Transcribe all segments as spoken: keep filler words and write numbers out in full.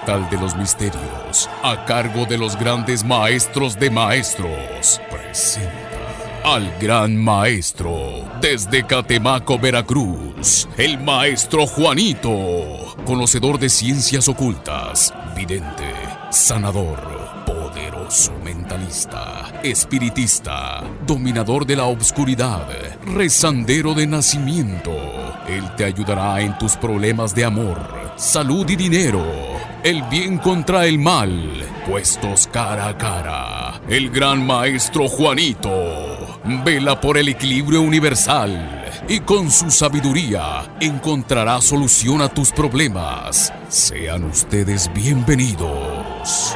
portal de los misterios, a cargo de los grandes maestros de maestros, presenta al gran maestro desde Catemaco, Veracruz, el maestro Juanito, conocedor de ciencias ocultas, vidente, sanador, poderoso mentalista, espiritista, dominador de la obscuridad, rezandero de nacimiento. Él te ayudará en tus problemas de amor, salud y dinero, el bien contra el mal, puestos cara a cara. El gran maestro Juanito vela por el equilibrio universal y con su sabiduría encontrará solución a tus problemas. Sean ustedes bienvenidos.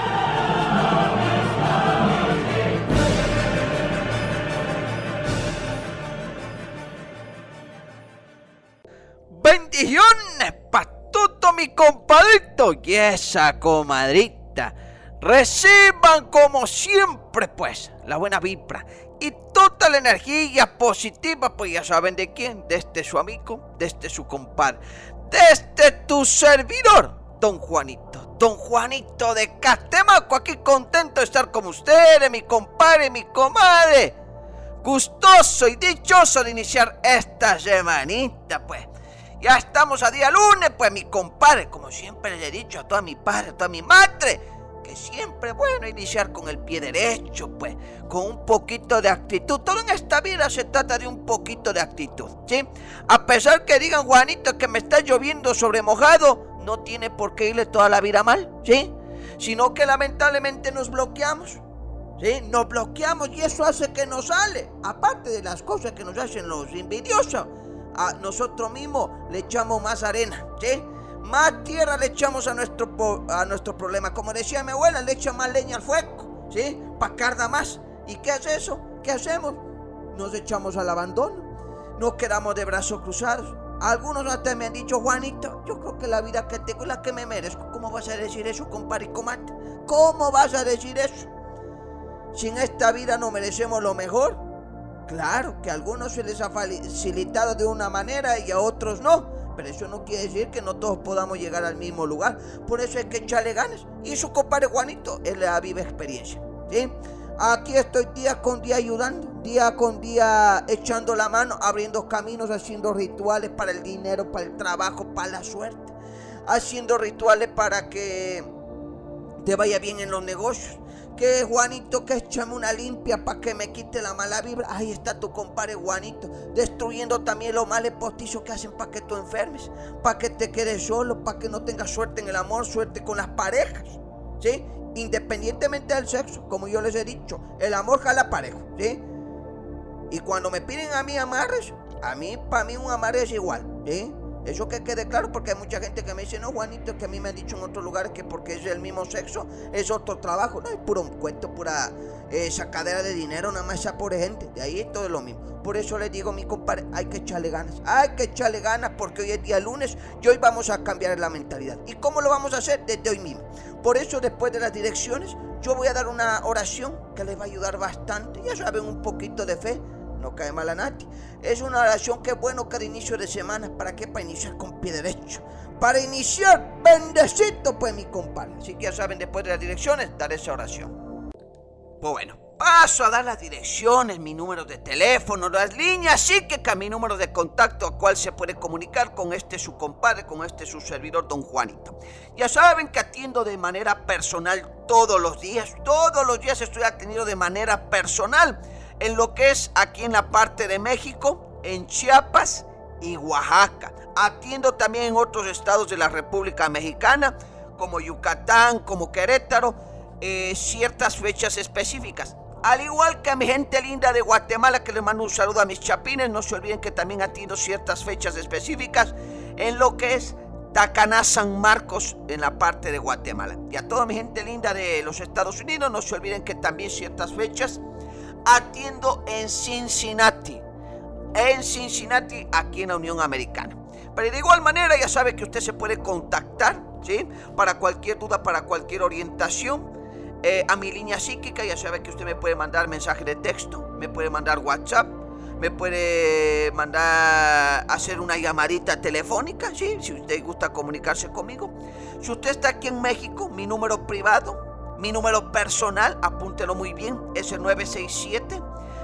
Bendiciones pa' todo mi compadrito y esa comadrita. Reciban como siempre pues la buena vibra y toda la energía positiva, pues ya saben de quién, de este su amigo, de este su compadre, de este tu servidor, Don Juanito, Don Juanito de Catemaco, aquí contento de estar con ustedes, mi compadre, mi comadre, gustoso y dichoso de iniciar esta semanita pues. Ya estamos a día lunes, pues mi compadre, como siempre les he dicho a toda mi padre, a toda mi madre, que siempre es bueno iniciar con el pie derecho, pues, con un poquito de actitud. Todo en esta vida se trata de un poquito de actitud, ¿sí? A pesar que digan, Juanito, que me está lloviendo sobre mojado, no tiene por qué irle toda la vida mal, ¿sí? Sino que lamentablemente nos bloqueamos, ¿sí? Nos bloqueamos y eso hace que nos sale, aparte de las cosas que nos hacen los envidiosos, a nosotros mismos le echamos más arena, ¿sí? Más tierra le echamos a nuestro, a nuestro problema. Como decía mi abuela, le echa más leña al fuego, ¿sí? Pa' que arda más. ¿Y qué es eso? ¿Qué hacemos? Nos echamos al abandono. Nos quedamos de brazos cruzados. Algunos hasta me han dicho, Juanito, yo creo que la vida que tengo es la que me merezco. ¿Cómo vas a decir eso, compadre y comadre? ¿Cómo vas a decir eso? Si en esta vida no merecemos lo mejor. Claro que a algunos se les ha facilitado de una manera y a otros no, pero eso no quiere decir que no todos podamos llegar al mismo lugar. Por eso hay que echarle ganas. Y su compadre Juanito es la viva experiencia, ¿sí? Aquí estoy día con día ayudando, día con día echando la mano, abriendo caminos, haciendo rituales para el dinero, para el trabajo, para la suerte, haciendo rituales para que te vaya bien en los negocios. Que Juanito, que échame una limpia para que me quite la mala vibra. Ahí está tu compadre Juanito, destruyendo también los males postizos que hacen para que tú enfermes, para que te quedes solo, para que no tengas suerte en el amor, suerte con las parejas, ¿sí? Independientemente del sexo, como yo les he dicho, el amor jala parejo, ¿sí? Y cuando me piden a mí amarres, a mí, para mí un amarre es igual, ¿sí? Eso que quede claro, porque hay mucha gente que me dice, no, Juanito, que a mí me han dicho en otros lugares que porque es el mismo sexo es otro trabajo. No, es puro cuento, pura eh, sacadera de dinero, nada más esa pobre gente. De ahí todo es lo mismo. Por eso les digo, mi compadre, hay que echarle ganas. Hay que echarle ganas porque hoy es día lunes y hoy vamos a cambiar la mentalidad. ¿Y cómo lo vamos a hacer? Desde hoy mismo. Por eso, después de las direcciones, yo voy a dar una oración que les va a ayudar bastante. Ya saben, un poquito de fe no cae mal a nadie. Es una oración que es bueno cada inicio de semana. ¿Para qué? Para iniciar con pie derecho. Para iniciar bendecito, pues, mi compadre. Así que ya saben, después de las direcciones, dar esa oración. Pues bueno, paso a dar las direcciones, mi número de teléfono, las líneas, así que, que mi número de contacto a cual se puede comunicar con este su compadre, con este su servidor, Don Juanito. Ya saben que atiendo de manera personal todos los días. Todos los días estoy atendido de manera personal en lo que es aquí en la parte de México, en Chiapas y Oaxaca. Atiendo también en otros estados de la República Mexicana, como Yucatán, como Querétaro, eh, ciertas fechas específicas. Al igual que a mi gente linda de Guatemala, que les mando un saludo a mis chapines, no se olviden que también atiendo ciertas fechas específicas en lo que es Tacaná, San Marcos, en la parte de Guatemala. Y a toda mi gente linda de los Estados Unidos, no se olviden que también ciertas fechas atiendo en Cincinnati, en Cincinnati, aquí en la Unión Americana. Pero de igual manera, ya sabe que usted se puede contactar, ¿sí? Para cualquier duda, para cualquier orientación, eh, a mi línea psíquica. Ya sabe que usted me puede mandar mensaje de texto, me puede mandar WhatsApp, me puede mandar hacer una llamadita telefónica, ¿sí? Si usted gusta comunicarse conmigo. Si usted está aquí en México, mi número privado, mi número personal, apúntelo muy bien, es el nueve seis siete,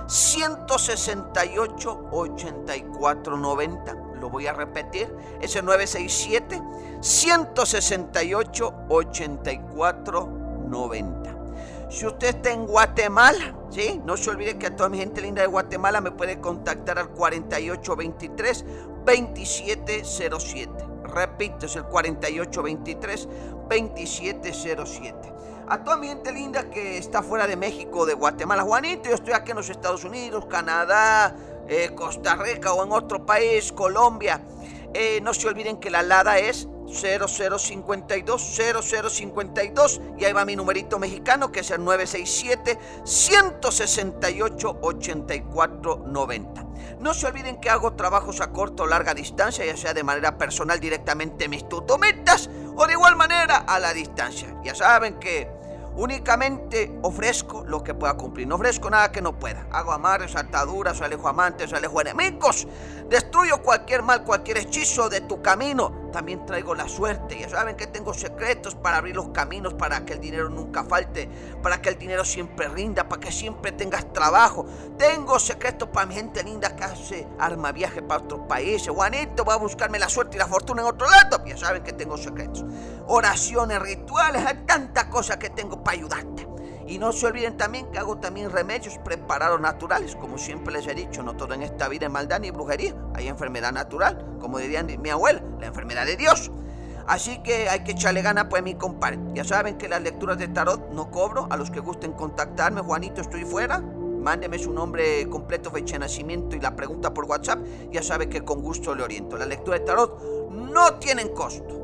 uno seis ocho, ocho cuatro nueve cero. Lo voy a repetir, es el nueve seis siete, uno seis ocho, ocho cuatro nueve cero. Si usted está en Guatemala, ¿sí? No se olvide que a toda mi gente linda de Guatemala me puede contactar al cuarenta y ocho veintitrés, veintisiete cero siete. Repito, es el cuarenta y ocho veintitrés, veintisiete cero siete. A toda mi gente linda que está fuera de México, de Guatemala, Juanito, yo estoy aquí en los Estados Unidos, Canadá, eh, Costa Rica o en otro país, Colombia. Eh, no se olviden que la alada es cero cero cincuenta y dos, cero cero cincuenta y dos, y ahí va mi numerito mexicano, que es el nueve seis siete, uno seis ocho, ocho cuatro nueve cero. No se olviden que hago trabajos a corta o larga distancia, ya sea de manera personal directamente en mis tutometas o de igual manera a la distancia. Ya saben que únicamente ofrezco lo que pueda cumplir, no ofrezco nada que no pueda. Hago amarres, ataduras, alejo amantes, alejo enemigos, destruyo cualquier mal, cualquier hechizo de tu camino. También traigo la suerte. Ya saben que tengo secretos para abrir los caminos, para que el dinero nunca falte, para que el dinero siempre rinda, para que siempre tengas trabajo. Tengo secretos para mi gente linda que hace arma viaje para otros países. Juanito, voy a buscarme la suerte y la fortuna en otro lado. Ya saben que tengo secretos, oraciones, rituales, hay tantas cosas que tengo para ayudarte. Y no se olviden también que hago también remedios preparados naturales. Como siempre les he dicho, no todo en esta vida es maldad ni brujería. Hay enfermedad natural, como diría mi abuela, la enfermedad de Dios. Así que hay que echarle ganas, pues, mi compadre. Ya saben que las lecturas de tarot no cobro. A los que gusten contactarme, Juanito, estoy fuera. Mándeme su nombre completo, fecha de nacimiento y la pregunta por WhatsApp. Ya sabe que con gusto le oriento. Las lecturas de tarot no tienen costo.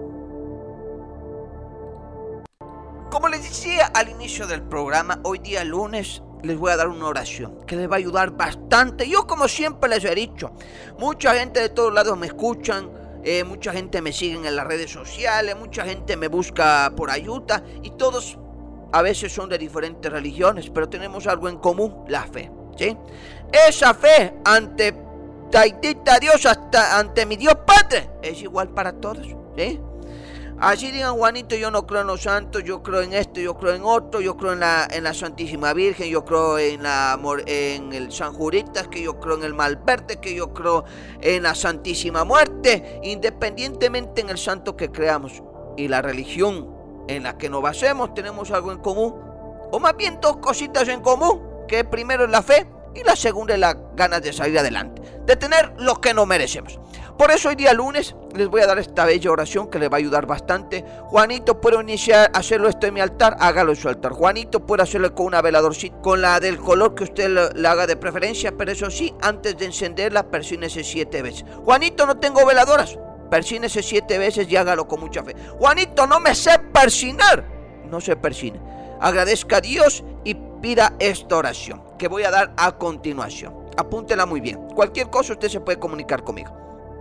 Como les decía al inicio del programa, hoy día lunes les voy a dar una oración que les va a ayudar bastante. Yo, como siempre les he dicho, mucha gente de todos lados me escuchan, eh, mucha gente me sigue en las redes sociales, mucha gente me busca por ayuda y todos a veces son de diferentes religiones, pero tenemos algo en común, la fe, ¿sí? Esa fe ante Taitita Dios, hasta ante mi Dios Padre, es igual para todos, ¿sí? Así digan, Juanito, yo no creo en los santos, yo creo en esto, yo creo en otro, yo creo en la, en la Santísima Virgen, yo creo en, la, en el San Juritas, que yo creo en el Malverde, que yo creo en la Santísima Muerte. Independientemente en el santo que creamos y la religión en la que nos basemos, tenemos algo en común, o más bien dos cositas en común, que primero es la fe y la segunda es las ganas de salir adelante, de tener lo que no merecemos. Por eso hoy día lunes les voy a dar esta bella oración que les va a ayudar bastante. Juanito, ¿puedo iniciar a hacerlo esto en mi altar? Hágalo en su altar. Juanito, puede hacerlo con una veladorcita, con la del color que usted le haga de preferencia, pero eso sí, antes de encenderla, persínese siete veces. Juanito, no tengo veladoras. Persínese siete veces y hágalo con mucha fe. Juanito, no me sé persinar. No se persine. Agradezca a Dios y pida esta oración que voy a dar a continuación. Apúntela muy bien. Cualquier cosa usted se puede comunicar conmigo.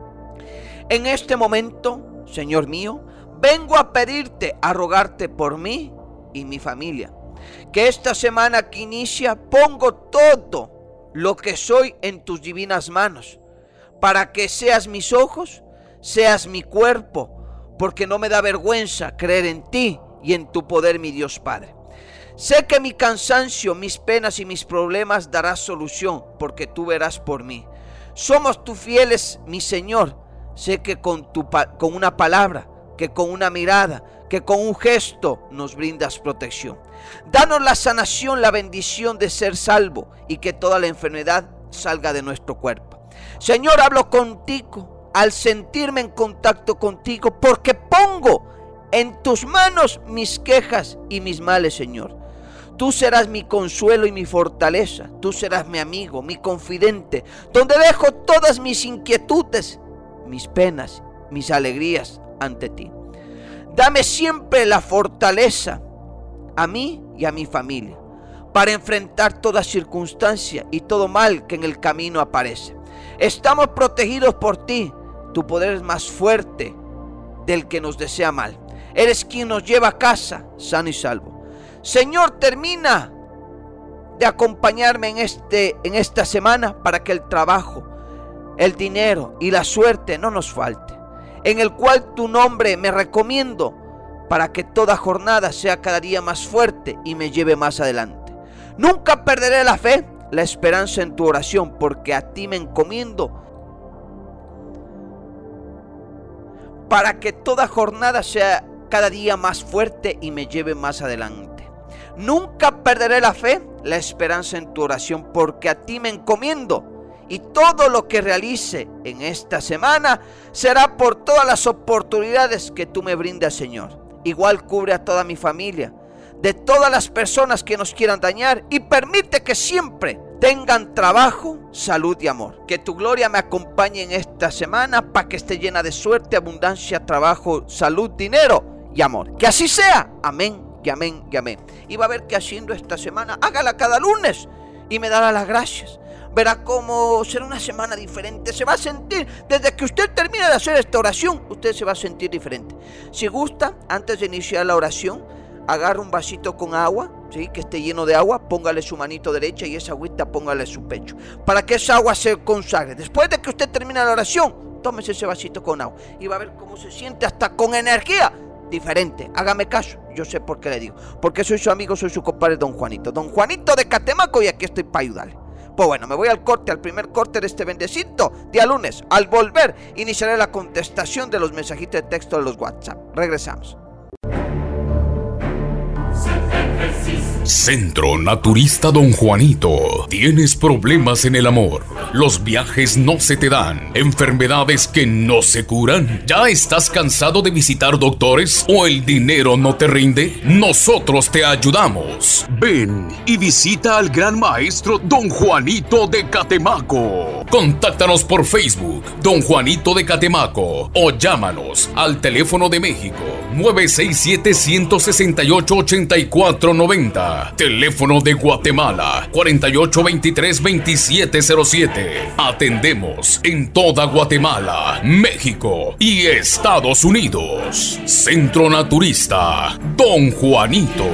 En este momento, Señor mío, vengo a pedirte, a rogarte por mí y mi familia, que esta semana que inicia pongo todo lo que soy en tus divinas manos, para que seas mis ojos, seas mi cuerpo, porque no me da vergüenza creer en ti y en tu poder, mi Dios Padre. Sé que mi cansancio, mis penas y mis problemas darás solución, porque tú verás por mí. Somos tus fieles, mi Señor. Sé que con, tu, con una palabra, que con una mirada, que con un gesto nos brindas protección. Danos la sanación, la bendición de ser salvo y que toda la enfermedad salga de nuestro cuerpo. Señor, hablo contigo al sentirme en contacto contigo, porque pongo en tus manos mis quejas y mis males, Señor. Tú serás mi consuelo y mi fortaleza. Tú serás mi amigo, mi confidente, donde dejo todas mis inquietudes, mis penas, mis alegrías ante ti. Dame siempre la fortaleza a mí y a mi familia para enfrentar toda circunstancia y todo mal que en el camino aparece. Estamos protegidos por ti. Tu poder es más fuerte del que nos desea mal. Eres quien nos lleva a casa sano y salvo. Señor, termina de acompañarme en, este, en esta semana para que el trabajo, el dinero y la suerte no nos falte, en el cual tu nombre me recomiendo para que toda jornada sea cada día más fuerte y me lleve más adelante. Nunca perderé la fe, la esperanza en tu oración, porque a ti me encomiendo para que toda jornada sea cada día más fuerte y me lleve más adelante. Nunca perderé la fe, la esperanza en tu oración, porque a ti me encomiendo. Y todo lo que realice en esta semana será por todas las oportunidades que tú me brindas, Señor. Igual cubre a toda mi familia, de todas las personas que nos quieran dañar, y permite que siempre tengan trabajo, salud y amor. Que tu gloria me acompañe en esta semana para que esté llena de suerte, abundancia, trabajo, salud, dinero y amor. Que así sea. Amén y amén y amén. Y va a ver que haciendo esta semana, hágala cada lunes y me dará las gracias. Verá cómo será una semana diferente. Se va a sentir, desde que usted termine de hacer esta oración, usted se va a sentir diferente. Si gusta, antes de iniciar la oración, agarra un vasito con agua, ¿sí? Que esté lleno de agua, póngale su manito derecha y esa agüita póngale su pecho, para que esa agua se consagre. Después de que usted termine la oración, tómese ese vasito con agua y va a ver cómo se siente, hasta con energía diferente. Hágame caso, yo sé por qué le digo, porque soy su amigo, soy su compadre Don Juanito, Don Juanito de Catemaco, y aquí estoy para ayudarle. Pues bueno, me voy al corte, al primer corte de este bendecito día lunes. Al volver, iniciaré la contestación de los mensajitos de texto de los WhatsApp. Regresamos. Centro Naturista Don Juanito. ¿Tienes problemas en el amor? ¿Los viajes no se te dan? ¿Enfermedades que no se curan? ¿Ya estás cansado de visitar doctores o el dinero no te rinde? Nosotros te ayudamos. Ven y visita al gran maestro Don Juanito de Catemaco. Contáctanos por Facebook, Don Juanito de Catemaco, o llámanos al teléfono de México nueve seis siete, uno seis ocho, ocho cuatro nueve cero. Teléfono de Guatemala cuarenta y ocho veintitrés veintisiete cero siete. Atendemos en toda Guatemala, México y Estados Unidos. Centro Naturista Don Juanito.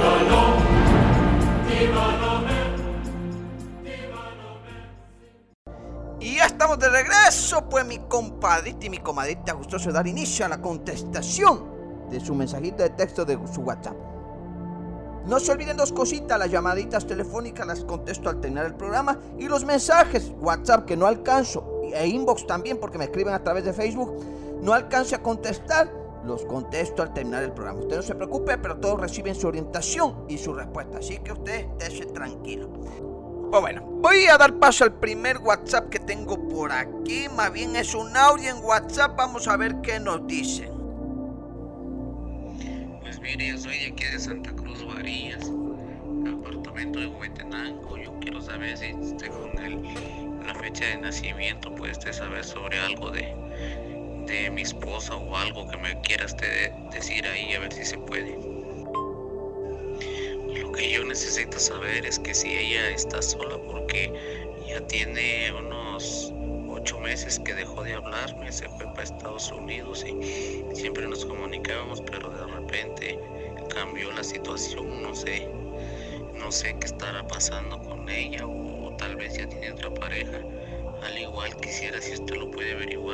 Y ya estamos de regreso, pues mi compadrita y mi comadrita gustoso de dar inicio a la contestación de su mensajito de texto de su WhatsApp. No se olviden dos cositas: las llamaditas telefónicas las contesto al terminar el programa, y los mensajes WhatsApp que no alcanzo, e inbox también porque me escriben a través de Facebook, no alcance a contestar, los contesto al terminar el programa. Usted no se preocupe, pero todos reciben su orientación y su respuesta, así que usted esté tranquilo. Pues bueno, voy a dar paso al primer WhatsApp que tengo por aquí. Más bien es un audio en WhatsApp, vamos a ver qué nos dicen. Pues mire, yo soy de aquí de Santa Cruz Varillas, apartamento de Huehuetenango. Yo quiero saber si usted con el, la fecha de nacimiento puede usted saber sobre algo de, de mi esposa, o algo que me quiera usted decir ahí, a ver si se puede. Lo que yo necesito saber es que si ella está sola, porque ya tiene unos ocho meses que dejó de hablarme, se fue para Estados Unidos y siempre nos comunicábamos, pero de repente cambió la situación. No sé, no sé qué estará pasando con ella, o, o tal vez ya tiene otra pareja. Al igual quisiera si usted lo puede averiguar.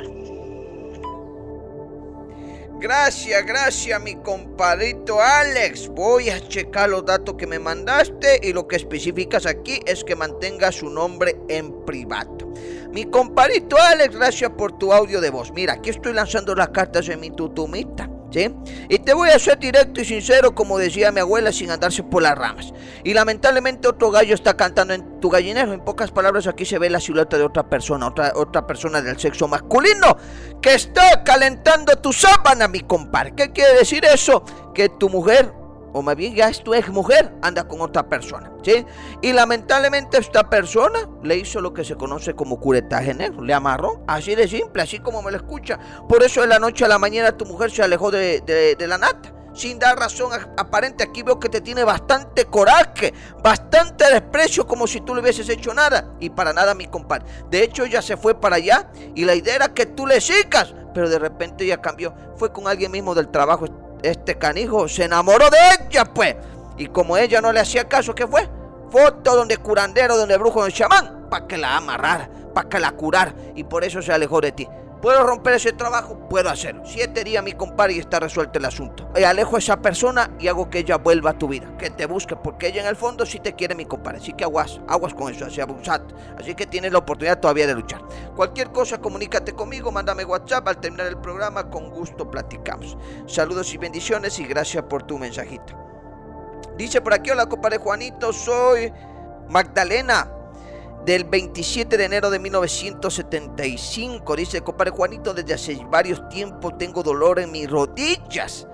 Gracias, gracias mi compadrito Alex. Voy a checar los datos que me mandaste, y lo que especificas aquí es que mantenga su nombre en privado. Mi compadrito Alex, gracias por tu audio de voz. Mira, aquí estoy lanzando las cartas en mi tutumita, ¿sí? Y te voy a ser directo y sincero, como decía mi abuela, sin andarse por las ramas. Y lamentablemente otro gallo está cantando en tu gallinero. En pocas palabras, aquí se ve la silueta de otra persona, otra, otra persona del sexo masculino, que está calentando tu sábana, mi compadre. ¿Qué quiere decir eso? Que tu mujer, o más bien ya es tu ex mujer, anda con otra persona, ¿sí? Y lamentablemente esta persona le hizo lo que se conoce como curetaje negro, le amarró, así de simple, así como me lo escucha. Por eso de la noche a la mañana tu mujer se alejó de, de, de la nata, sin dar razón aparente. Aquí veo que te tiene bastante coraje, bastante desprecio, como si tú le hubieses hecho nada. Y para nada, mi compadre. De hecho, ella se fue para allá y la idea era que tú le sigas, pero de repente ella cambió. Fue con alguien mismo del trabajo. Este canijo se enamoró de ella, pues. Y como ella no le hacía caso, ¿qué fue? foto donde curandero, donde brujo, donde chamán, para que la amarrar, para que la curar, y por eso se alejó de ti. ¿Puedo romper ese trabajo? Puedo hacerlo. Siete días, mi compadre, y está resuelto el asunto. Y alejo a esa persona y hago que ella vuelva a tu vida, que te busque, porque ella en el fondo sí te quiere, mi compadre. Así que aguas, aguas con eso, así abusad. Así que tienes la oportunidad todavía de luchar. Cualquier cosa, comunícate conmigo, mándame WhatsApp. Al terminar el programa, con gusto platicamos. Saludos y bendiciones, y gracias por tu mensajito. Dice por aquí: hola, compadre Juanito, soy Magdalena, del veintisiete de enero de mil novecientos setenta y cinco. Dice: compadre Juanito, desde hace varios tiempos tengo dolor en mis rodillas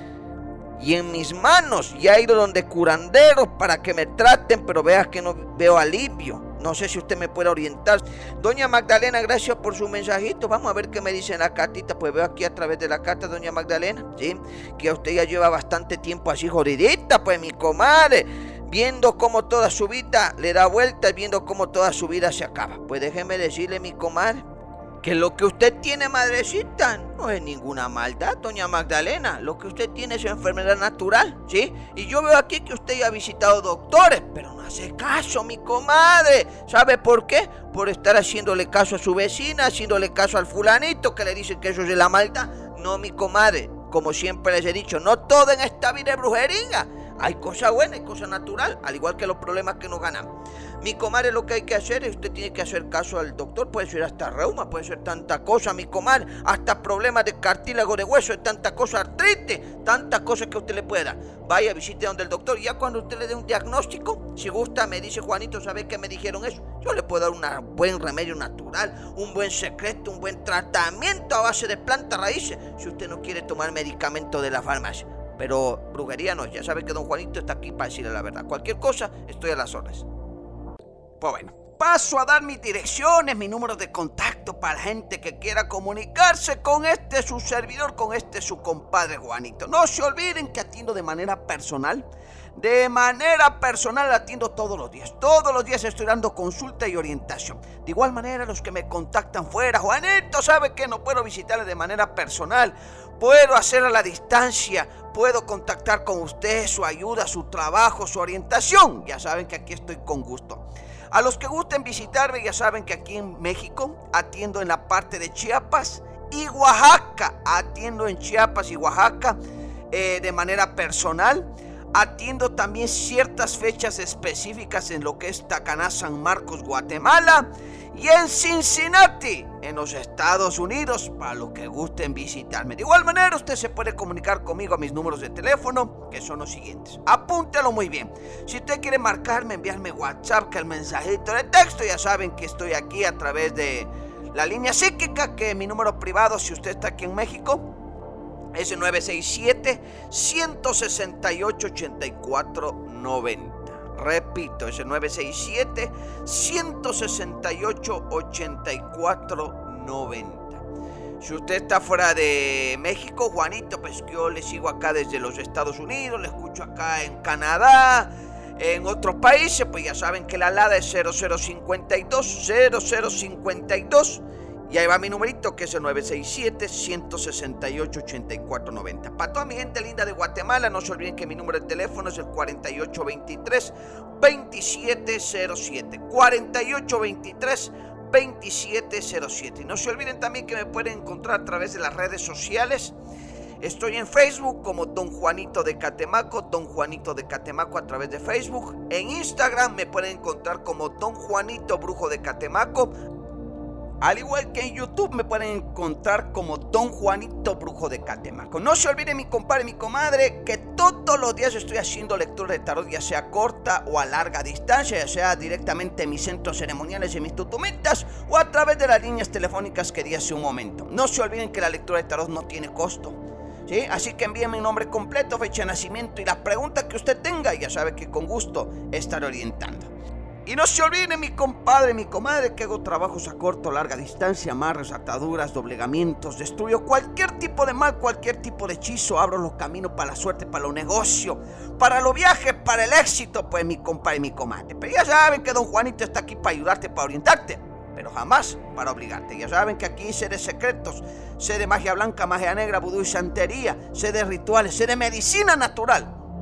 y en mis manos. Ya he ido donde curanderos para que me traten, pero veas que no veo alivio. No sé si usted me puede orientar. Doña Magdalena, gracias por su mensajito. Vamos a ver qué me dice en la cartita. Pues veo aquí a través de la carta, doña Magdalena, ¿sí?, que usted ya lleva bastante tiempo así jodidita, pues, mi comadre, viendo cómo toda su vida le da vueltas, viendo cómo toda su vida se acaba. Pues déjeme decirle, mi comadre, que lo que usted tiene, madrecita, no es ninguna maldad, doña Magdalena. Lo que usted tiene es enfermedad natural, ¿sí? Y yo veo aquí que usted ya ha visitado doctores, pero no hace caso, mi comadre. ¿Sabe por qué? Por estar haciéndole caso a su vecina, haciéndole caso al fulanito que le dicen que eso es de la maldad. No, mi comadre, como siempre les he dicho, no todo en esta vida es brujería. Hay cosa buena, hay cosa natural, al igual que los problemas que nos ganamos. Mi comadre, lo que hay que hacer es, usted tiene que hacer caso al doctor. Puede ser hasta reuma, puede ser tanta cosa, mi comadre, hasta problemas de cartílago de hueso, es tanta cosa, artritis, tantas cosas que usted le puede dar. Vaya, visite donde el doctor, y ya cuando usted le dé un diagnóstico, si gusta, me dice: Juanito, ¿sabe qué me dijeron eso? Yo le puedo dar un buen remedio natural, un buen secreto, un buen tratamiento a base de plantas raíces, si usted no quiere tomar medicamento de la farmacia. Pero brujería no, ya sabe que don Juanito está aquí para decirle la verdad. Cualquier cosa, estoy a las órdenes. Pues bueno, paso a dar mis direcciones, mis números de contacto para la gente que quiera comunicarse con este su servidor, con este su compadre Juanito. No se olviden que atiendo de manera personal. De manera personal atiendo todos los días. Todos los días estoy dando consulta y orientación. De igual manera, los que me contactan fuera: Juanito, ¿sabe que no puedo visitarle de manera personal? Puedo hacer a la distancia. Puedo contactar con usted, su ayuda, su trabajo, su orientación. Ya saben que aquí estoy con gusto. A los que gusten visitarme, ya saben que aquí en México atiendo en la parte de Chiapas y Oaxaca. Atiendo en Chiapas y Oaxaca eh, de manera personal. Atiendo también ciertas fechas específicas en lo que es Tacaná, San Marcos, Guatemala, y en Cincinnati, en los Estados Unidos, para los que gusten visitarme. De igual manera, usted se puede comunicar conmigo a mis números de teléfono, que son los siguientes. Apúntelo muy bien. Si usted quiere marcarme, enviarme WhatsApp, que el mensajito de texto, ya saben que estoy aquí a través de la línea psíquica, que es mi número privado, si usted está aquí en México, es el nueve seis siete, uno seis ocho, ocho cuatro nueve cero. Repito, es el nueve seis siete, uno seis ocho, ocho cuatro nueve cero. Si usted está fuera de México, Juanito, pues yo le sigo acá desde los Estados Unidos, le escucho acá en Canadá, en otros países, pues ya saben que la alada es cero cero cinco dos, cero cero cinco dos. Y ahí va mi numerito, que es el nueve seis siete, uno seis ocho, ocho cuatro nueve cero. Para toda mi gente linda de Guatemala, no se olviden que mi número de teléfono es el cuatro ocho dos tres, dos siete cero siete. cuatro ocho dos tres, dos siete cero siete. Y no se olviden también que me pueden encontrar a través de las redes sociales. Estoy en Facebook como Don Juanito de Catemaco, Don Juanito de Catemaco a través de Facebook. En Instagram me pueden encontrar como Don Juanito Brujo de Catemaco. Al igual que en YouTube me pueden encontrar como Don Juanito Brujo de Catemaco. No se olviden, mi compadre y mi comadre, que todos los días estoy haciendo lectura de tarot, ya sea corta o a larga distancia, ya sea directamente en mis centros ceremoniales y en mis tutumitas, o a través de las líneas telefónicas que di hace un momento. No se olviden que la lectura de tarot no tiene costo, ¿sí? Así que envíenme mi nombre completo, fecha de nacimiento y la pregunta que usted tenga, y ya sabe que con gusto estaré orientando. Y no se olviden, mi compadre y mi comadre, que hago trabajos a corto o larga distancia, amarres, ataduras, doblegamientos, destruyo cualquier tipo de mal, cualquier tipo de hechizo, abro los caminos para la suerte, para los negocios, para los viajes, para el éxito, pues mi compadre y mi comadre. Pero ya saben que Don Juanito está aquí para ayudarte, para orientarte, pero jamás para obligarte. Ya saben que aquí sé de secretos, sé de magia blanca, magia negra, vudú y santería, sé de rituales, sé de medicina natural.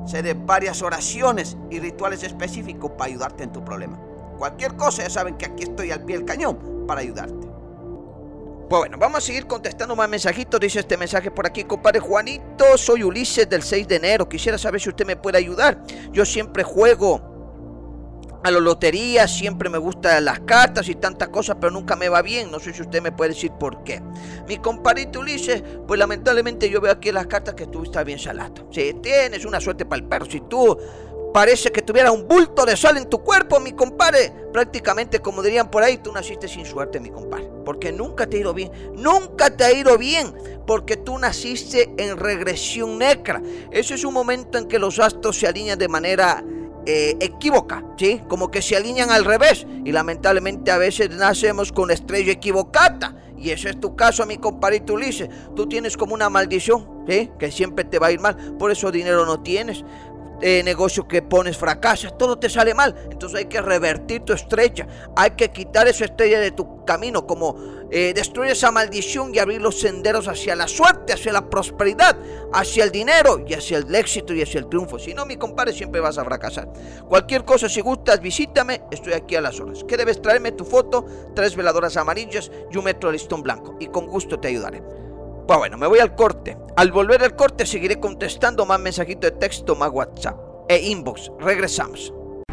sé de varias oraciones y rituales específicos para ayudarte en tu problema. Cualquier cosa, ya saben que aquí estoy al pie del cañón para ayudarte. Pues bueno, vamos a seguir contestando más mensajitos. Dice este mensaje por aquí: compadre Juanito, soy Ulises del seis de enero. Quisiera saber si usted me puede ayudar. Yo siempre juego a la lotería, siempre me gustan las cartas y tantas cosas, pero nunca me va bien. No sé si usted me puede decir por qué. Mi compadrito Ulises, pues lamentablemente yo veo aquí en las cartas que tú estás bien salato. Si tienes una suerte para el perro, si tú parece que tuvieras un bulto de sal en tu cuerpo, mi compadre, prácticamente como dirían por ahí, tú naciste sin suerte, mi compadre, porque nunca te ha ido bien, nunca te ha ido bien, porque tú naciste en regresión negra. Ese es un momento en que los astros se alinean de manera Eh, equívoca, ¿sí? Como que se alinean al revés, y lamentablemente a veces nacemos con estrella equivocada, y ese es tu caso, mi compadrito Ulises. Tú tienes como una maldición, ¿sí? Que siempre te va a ir mal, por eso dinero no tienes, eh, negocio que pones fracasas, todo te sale mal. Entonces hay que revertir tu estrella, hay que quitar esa estrella de tu camino, como eh, destruir esa maldición y abrir los senderos hacia la suerte, hacia la prosperidad, hacia el dinero y hacia el éxito y hacia el triunfo. Si no, mi compadre, siempre vas a fracasar. Cualquier cosa, si gustas, visítame, estoy aquí a las horas. ¿Qué debes traerme? Tu foto, tres veladoras amarillas y un metro de listón blanco, y con gusto te ayudaré. Pues bueno, me voy al corte. Al volver al corte seguiré contestando más mensajitos de texto, más WhatsApp e inbox. Regresamos.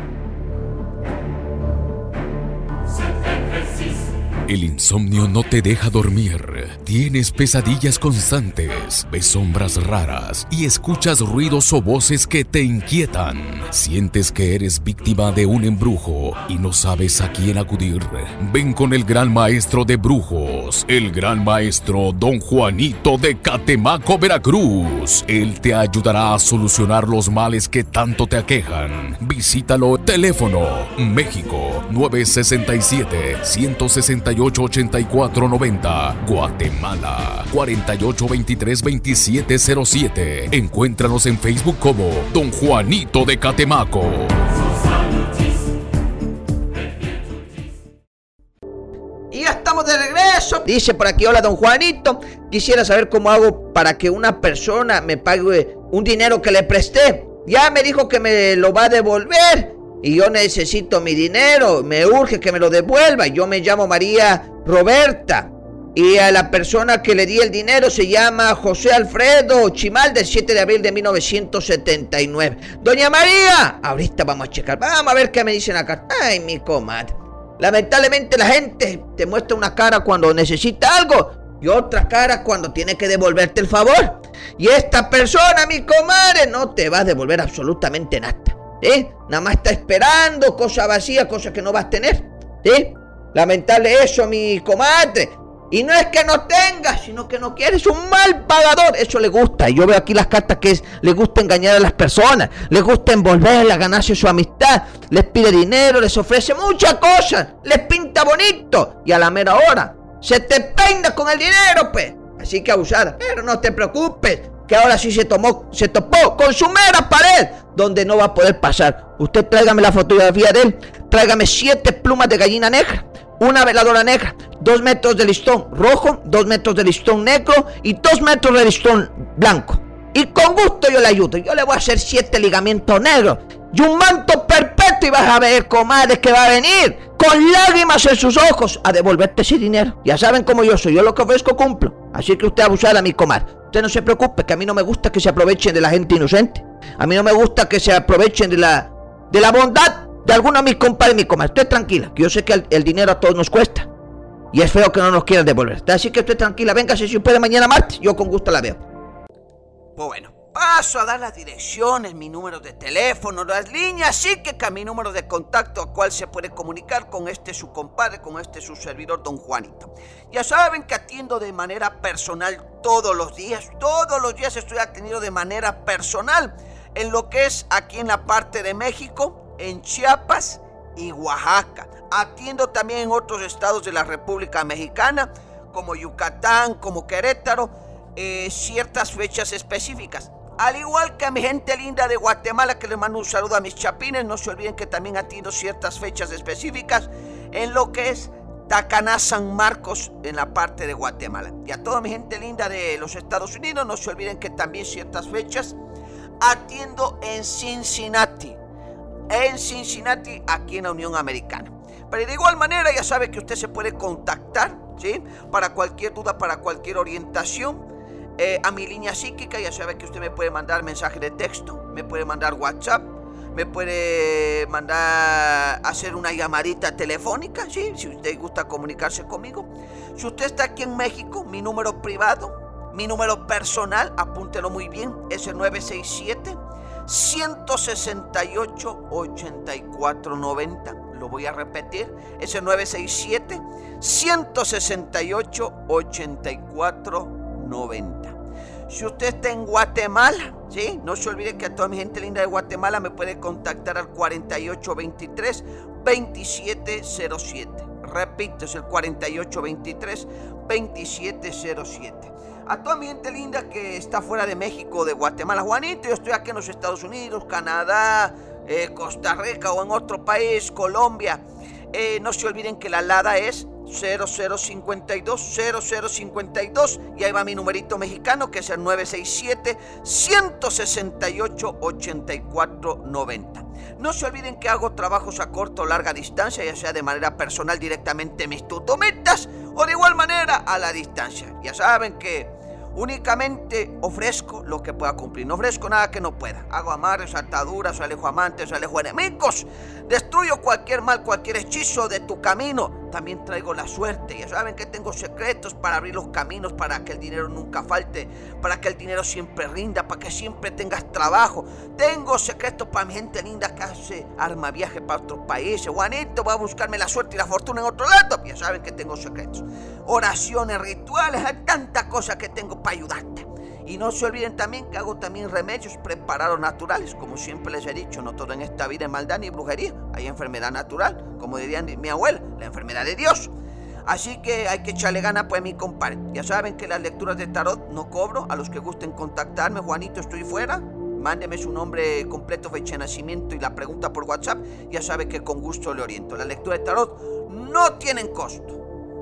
El insomnio no te deja dormir. Tienes pesadillas constantes, ves sombras raras y escuchas ruidos o voces que te inquietan. Sientes que eres víctima de un embrujo y no sabes a quién acudir. Ven con el gran maestro de brujos, el gran maestro Don Juanito de Catemaco, Veracruz. Él te ayudará a solucionar los males que tanto te aquejan. Visítalo. Teléfono: México nueve seis siete, uno seis ocho, ocho cuatro nueve cero. Guatemala cuatro ocho dos tres, dos siete cero siete. Encuéntranos en Facebook como Don Juanito de Catemaco. Y ya estamos de regreso. Dice por aquí: hola, don Juanito, quisiera saber cómo hago para que una persona me pague un dinero que le presté. Ya me dijo que me lo va a devolver y yo necesito mi dinero, me urge que me lo devuelva. Yo me llamo María Roberta y a la persona que le di el dinero se llama José Alfredo Chimal, del siete de abril de mil novecientos setenta y nueve. Doña María, ahorita vamos a checar, vamos a ver qué me dicen acá. Ay, mi comadre, lamentablemente la gente te muestra una cara cuando necesita algo y otra cara cuando tiene que devolverte el favor. Y esta persona, mi comadre, no te va a devolver absolutamente nada. ¿Eh? Nada más está esperando cosa vacía, cosa que no vas a tener. ¿Sí? Lamentable eso, mi comadre. Y no es que no tengas, sino que no quieres. Un mal pagador, eso le gusta. Y yo veo aquí las cartas que es, le gusta engañar a las personas, le gusta envolverla, ganarse su amistad, les pide dinero, les ofrece muchas cosas, les pinta bonito y a la mera hora se te peina con el dinero, pues. Así que abusada. Pero no te preocupes, que ahora sí se tomó, se topó con su mera pared, donde no va a poder pasar. Usted tráigame la fotografía de él, tráigame siete plumas de gallina negra, una veladora negra, dos metros de listón rojo, dos metros de listón negro y dos metros de listón blanco. Y con gusto yo le ayudo. Yo le voy a hacer siete ligamentos negros y un manto perpetuo, y vas a ver, comadre, que va a venir con lágrimas en sus ojos a devolverte ese dinero. Ya saben cómo yo soy, yo lo que ofrezco cumplo. Así que usted abusará a mi comadre. Usted no se preocupe, que a mí no me gusta que se aprovechen de la gente inocente. A mí no me gusta que se aprovechen de la, de la bondad de alguno de mis compadres y mi comadre. Usted tranquila, que yo sé que el, el dinero a todos nos cuesta y es feo que no nos quieran devolver. Así que usted tranquila, véngase si puede mañana martes, yo con gusto la veo. Pues bueno, paso a dar las direcciones, mi número de teléfono, las líneas, así que, que mi número de contacto a cual se puede comunicar con este su compadre, con este su servidor, don Juanito. Ya saben que atiendo de manera personal todos los días, todos los días estoy atendiendo de manera personal en lo que es aquí en la parte de México, en Chiapas y Oaxaca. Atiendo también en otros estados de la República Mexicana, como Yucatán, como Querétaro, eh, ciertas fechas específicas. Al igual que a mi gente linda de Guatemala, que les mando un saludo a mis chapines, no se olviden que también atiendo ciertas fechas específicas en lo que es Tacaná, San Marcos, en la parte de Guatemala. Y a toda mi gente linda de los Estados Unidos, no se olviden que también ciertas fechas atiendo en Cincinnati. En Cincinnati, aquí en la Unión Americana. Pero de igual manera ya sabe que usted se puede contactar, ¿sí? Para cualquier duda, para cualquier orientación. Eh, a mi línea psíquica, ya sabe que usted me puede mandar mensaje de texto, me puede mandar WhatsApp, me puede mandar hacer una llamadita telefónica, ¿sí? Si usted gusta comunicarse conmigo. Si usted está aquí en México, mi número privado, mi número personal, apúntelo muy bien, es el nueve seis siete, uno seis ocho, ocho cuatro nueve cero. Lo voy a repetir, es el nueve seis siete, uno seis ocho, ocho cuatro nueve cero. Si usted está en Guatemala, ¿sí? No se olvide que a toda mi gente linda de Guatemala me puede contactar al cuarenta y ocho veintitrés, veintisiete cero siete. Repito, es el cuarenta y ocho veintitrés, veintisiete cero siete. A toda mi gente linda que está fuera de México, de Guatemala, Juanito, yo estoy aquí en los Estados Unidos, Canadá, eh, Costa Rica o en otro país, Colombia. Eh, no se olviden que la alada es cero cero cinco dos, cero cero cinco dos, y ahí va mi numerito mexicano, que es el nueve seis siete, uno seis ocho, ocho cuatro nueve cero. No se olviden que hago trabajos a corta o larga distancia, ya sea de manera personal directamente en mis tutometas o de igual manera a la distancia. Ya saben que únicamente ofrezco lo que pueda cumplir, no ofrezco nada que no pueda. Hago amarres, ataduras, alejo amantes, alejo enemigos, destruyo cualquier mal, cualquier hechizo de tu camino. También traigo la suerte. Ya saben que tengo secretos para abrir los caminos, para que el dinero nunca falte, para que el dinero siempre rinda, para que siempre tengas trabajo. Tengo secretos para mi gente linda que hace arma viaje para otros países. Juanito, voy a buscarme la suerte y la fortuna en otro lado. Ya saben que tengo secretos, oraciones, rituales, hay tantas cosas que tengo para ayudarte. Y no se olviden también que hago también remedios preparados naturales. Como siempre les he dicho, no todo en esta vida es maldad ni brujería. Hay enfermedad natural, como diría mi abuela, la enfermedad de Dios. Así que hay que echarle ganas, pues, mi compadre. Ya saben que las lecturas de tarot no cobro. A los que gusten contactarme, Juanito, estoy fuera. Mándeme su nombre completo, fecha de nacimiento y la pregunta por WhatsApp. Ya sabe que con gusto le oriento. Las lecturas de tarot no tienen costo.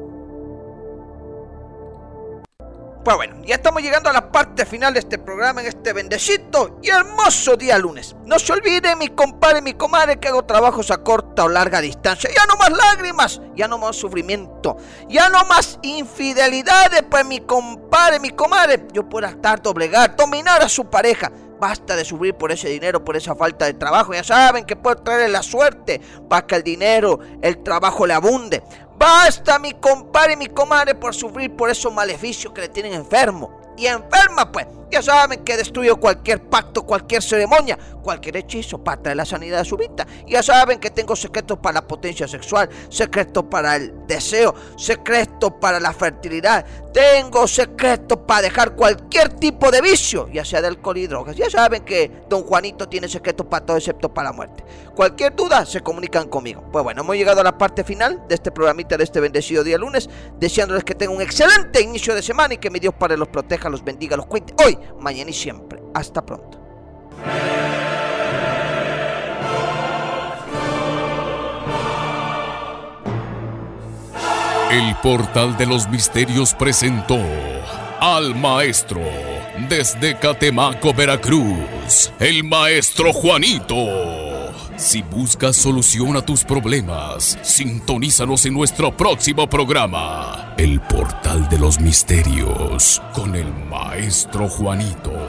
Pues bueno, ya estamos llegando a la parte final de este programa en este bendecido y hermoso día lunes. No se olviden, mi compadre y mi comadre, que hago trabajos a corta o larga distancia. Ya no más lágrimas, ya no más sufrimiento, ya no más infidelidades, pues mi compadre, mi comadre, yo puedo estar, doblegar, dominar a su pareja. Basta de sufrir por ese dinero, por esa falta de trabajo. Ya saben que puedo traerle la suerte para que el dinero, el trabajo le abunde. Basta, mi compadre y mi comadre, por sufrir por esos maleficios que le tienen enfermo. Y enferma, pues, ya saben que destruyo cualquier pacto, cualquier ceremonia, cualquier hechizo para traer la sanidad a su vida. Ya saben que tengo secretos para la potencia sexual, secretos para el deseo, secretos para la fertilidad. Tengo secretos para dejar cualquier tipo de vicio, ya sea de alcohol y drogas. Ya saben que don Juanito tiene secretos para todo excepto para la muerte. Cualquier duda, se comunican conmigo. Pues bueno, hemos llegado a la parte final de este programita, de este bendecido día lunes, deseándoles que tengan un excelente inicio de semana y que mi Dios Padre los proteja, los bendiga, los cuide hoy, mañana y siempre. Hasta pronto. El Portal de los Misterios presentó al maestro desde Catemaco, Veracruz, el maestro Juanito. Si buscas solución a tus problemas, sintonízanos en nuestro próximo programa, El Portal de los Misterios, con el maestro Juanito.